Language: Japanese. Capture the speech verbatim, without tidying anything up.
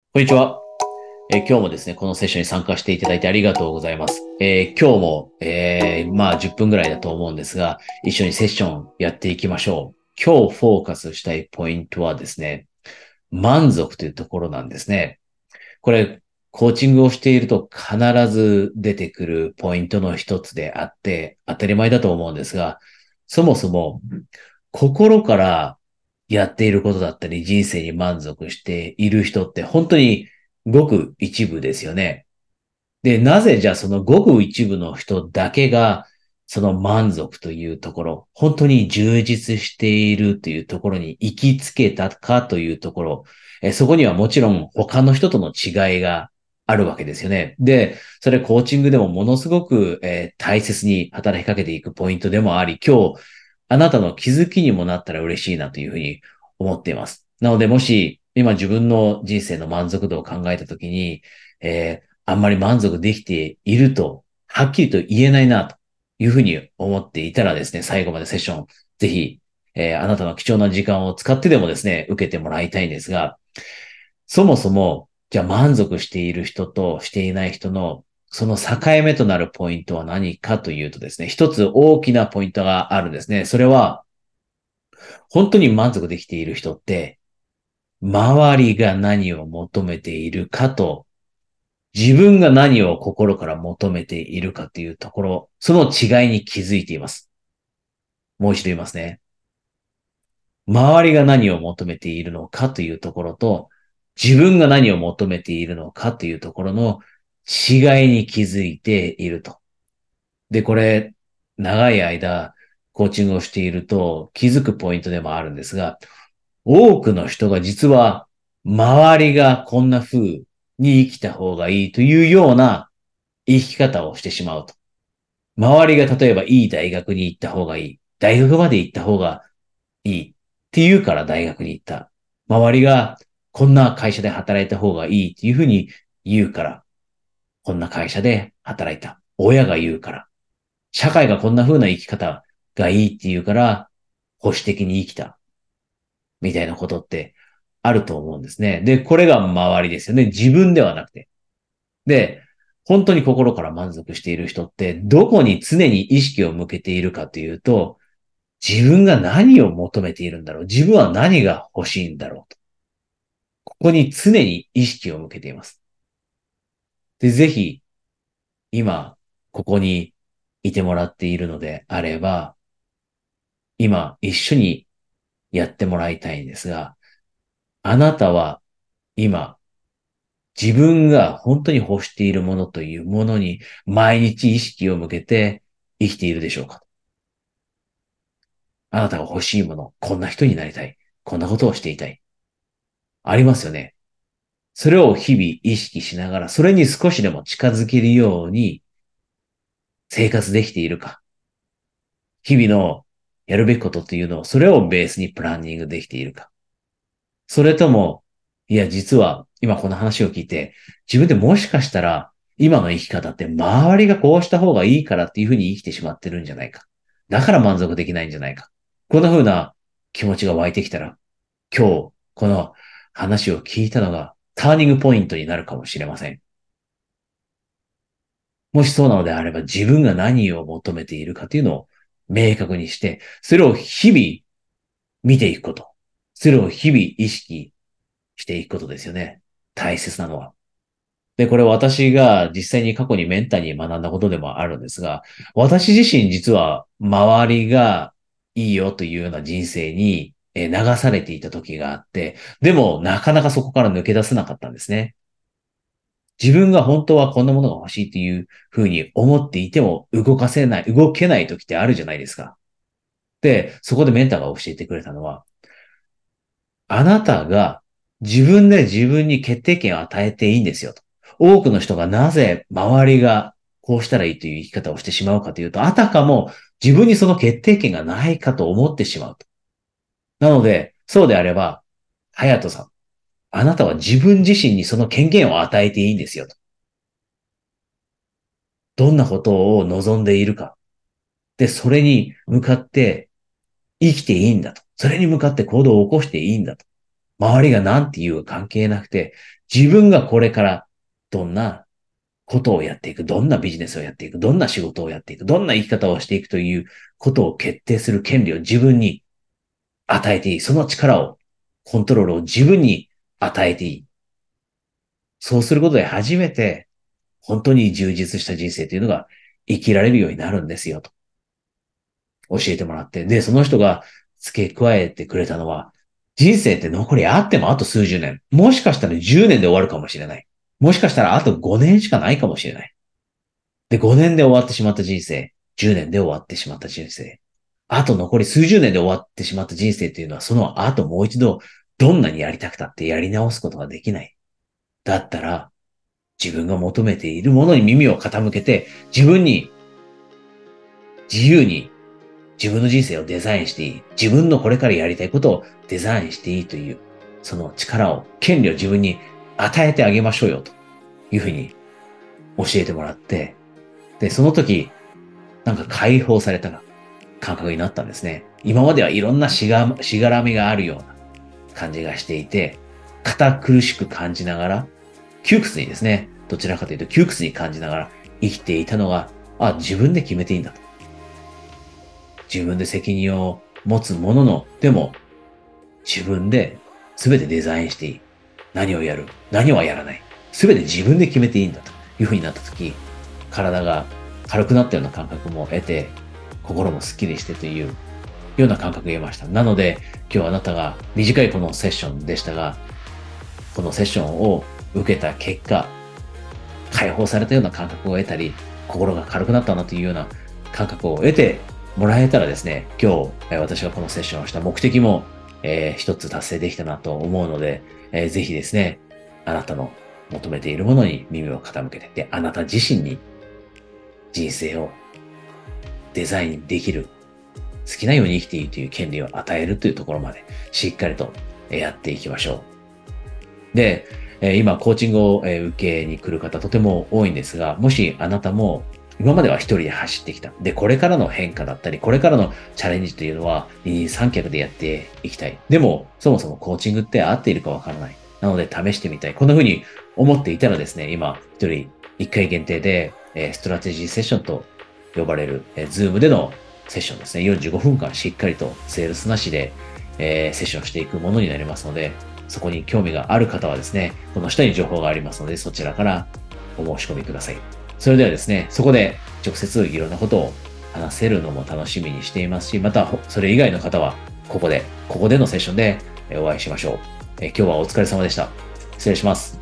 こんにちは。えー今日もですね、このセッションに参加していただいてありがとうございます。えー今日も、えーまあじゅっぷんぐらいだと思うんですが、一緒にセッションやっていきましょう。今日フォーカスしたいポイントはですね、満足というところなんですね。これ、コーチングをしていると必ず出てくるポイントの一つであって、当たり前だと思うんですが、そもそも心からやっていることだったり、人生に満足している人って本当にごく一部ですよね。で、なぜじゃあそのごく一部の人だけが、その満足というところ、本当に充実しているというところに行きつけたかというところ、えそこにはもちろん他の人との違いがあるわけですよね。で、それコーチングでもものすごく、えー大切に働きかけていくポイントでもあり、今日あなたの気づきにもなったら嬉しいなというふうに思っています。なので、もし今自分の人生の満足度を考えたときに、えーあんまり満足できていると、はっきりと言えないなというふうに思っていたらですね、最後までセッション、ぜひ、えーあなたの貴重な時間を使ってでもですね、受けてもらいたいんですが、そもそも、じゃあ満足している人としていない人の、その境目となるポイントは何かというとですね、一つ大きなポイントがあるんですね。それは、本当に満足できている人って、周りが何を求めているかと、自分が何を心から求めているかというところ、その違いに気づいています。もう一度言いますね。周りが何を求めているのかというところと、自分が何を求めているのかというところの違いに気づいていると。で、これ、長い間、コーチングをしていると気づくポイントでもあるんですが、多くの人が実は、周りがこんな風に生きた方がいいというような生き方をしてしまうと。周りが例えばいい大学に行った方がいい。大学まで行った方がいい。って言うから大学に行った。周りがこんな会社で働いた方がいいっていうふうに言うから、こんな会社で働いた。親が言うから。社会がこんな風な生き方がいいって言うから、保守的に生きた。みたいなことってあると思うんですね。で、これが周りですよね。自分ではなくて。で、本当に心から満足している人って、どこに常に意識を向けているかというと、自分が何を求めているんだろう。自分は何が欲しいんだろうと。ここに常に意識を向けています。で、ぜひ、今、ここにいてもらっているのであれば、今、一緒にやってもらいたいんですが、あなたは今、自分が本当に欲しているものというものに毎日意識を向けて生きているでしょうか？あなたが欲しいもの、こんな人になりたい。こんなことをしていたい。ありますよね。それを日々意識しながら、それに少しでも近づけるように生活できているか。日々のやるべきことっていうのを、それをベースにプランニングできているか。それとも、いや、実は今この話を聞いて、自分でもしかしたら今の生き方って周りがこうした方がいいからっていうふうに生きてしまってるんじゃないか。だから満足できないんじゃないか。こんな風な気持ちが湧いてきたら、今日この話を聞いたのがターニングポイントになるかもしれません。もしそうなのであれば自分が何を求めているかというのを明確にして、それを日々見ていくこと。それを日々意識していくことですよね。大切なのは。で、これ私が実際に過去にメンターに学んだことでもあるんですが、私自身実は周りがいいよというような人生にえー流されていた時があって、でもなかなかそこから抜け出せなかったんですね。自分が本当はこんなものが欲しいというふうに思っていても動かせない、動けない時ってあるじゃないですか。で、そこでメンターが教えてくれたのは、あなたが自分で自分に決定権を与えていいんですよと。多くの人がなぜ周りがこうしたらいいという生き方をしてしまうかというと、あたかも自分にその決定権がないかと思ってしまうと。なので、そうであれば、隼人さん、あなたは自分自身にその権限を与えていいんですよと。どんなことを望んでいるか。で、それに向かって生きていいんだと。それに向かって行動を起こしていいんだと。周りが何て言うか関係なくて、 自分がこれからどんなことをやっていく、どんなビジネスをやっていく、どんな仕事をやっていく、どんな生き方をしていくということを決定する権利を自分に与えていい。その力を、コントロールを自分に与えていい。そうすることで初めて本当に充実した人生というのが生きられるようになるんですよと教えてもらって。で、その人が付け加えてくれたのは、人生って残りあってもあと数十年。もしかしたらじゅうねんで終わるかもしれない。もしかしたらあとごねんしかないかもしれない。で、ごねんで終わってしまった人生。じゅうねんで終わってしまった人生。あと残り数十年で終わってしまった人生というのは、その後もう一度、どんなにやりたくたってやり直すことができない。だったら、自分が求めているものに耳を傾けて、自分に自由に自分の人生をデザインしていい。自分のこれからやりたいことをデザインしていいという、その力を、権利を自分に与えてあげましょうよというふうに教えてもらって、で、その時、なんか解放された感覚になったんですね。今まではいろんなしが、しがらみがあるような感じがしていて、堅苦しく感じながら、窮屈にですね、どちらかというと窮屈に感じながら生きていたのが、あ、自分で決めていいんだと。自分で責任を持つものの、でも自分で全てデザインしていい。何をやる、何はやらない。全て自分で決めていいんだというふうになったとき、体が軽くなったような感覚も得て、心もスッキリしてというような感覚が得ました。なので、今日あなたが短いこのセッションでしたが、このセッションを受けた結果、解放されたような感覚を得たり、心が軽くなったなというような感覚を得てもらえたらですね、今日私がこのセッションをした目的も、えー、一つ達成できたなと思うので、えー、ぜひですね、あなたの求めているものに耳を傾けて、で、あなた自身に人生をデザインできる、好きなように生きていいという権利を与えるというところまでしっかりとやっていきましょう。で、今コーチングを受けに来る方とても多いんですが、もしあなたも今までは一人で走ってきた。で、これからの変化だったり、これからのチャレンジというのは二人三脚でやっていきたい。でも、そもそもコーチングって合っているかわからない。なので試してみたい。こんな風に思っていたらですね、今一人一回限定でストラテジーセッションと呼ばれるズームでのセッションですね。よんじゅうごふんかんしっかりとセールスなしで、えー、セッションしていくものになりますので、そこに興味がある方はですね、この下に情報がありますので、そちらからお申し込みください。それではですね、そこで直接いろんなことを話せるのも楽しみにしていますし、またそれ以外の方はここで、ここでのセッションでお会いしましょう。え今日はお疲れ様でした。失礼します。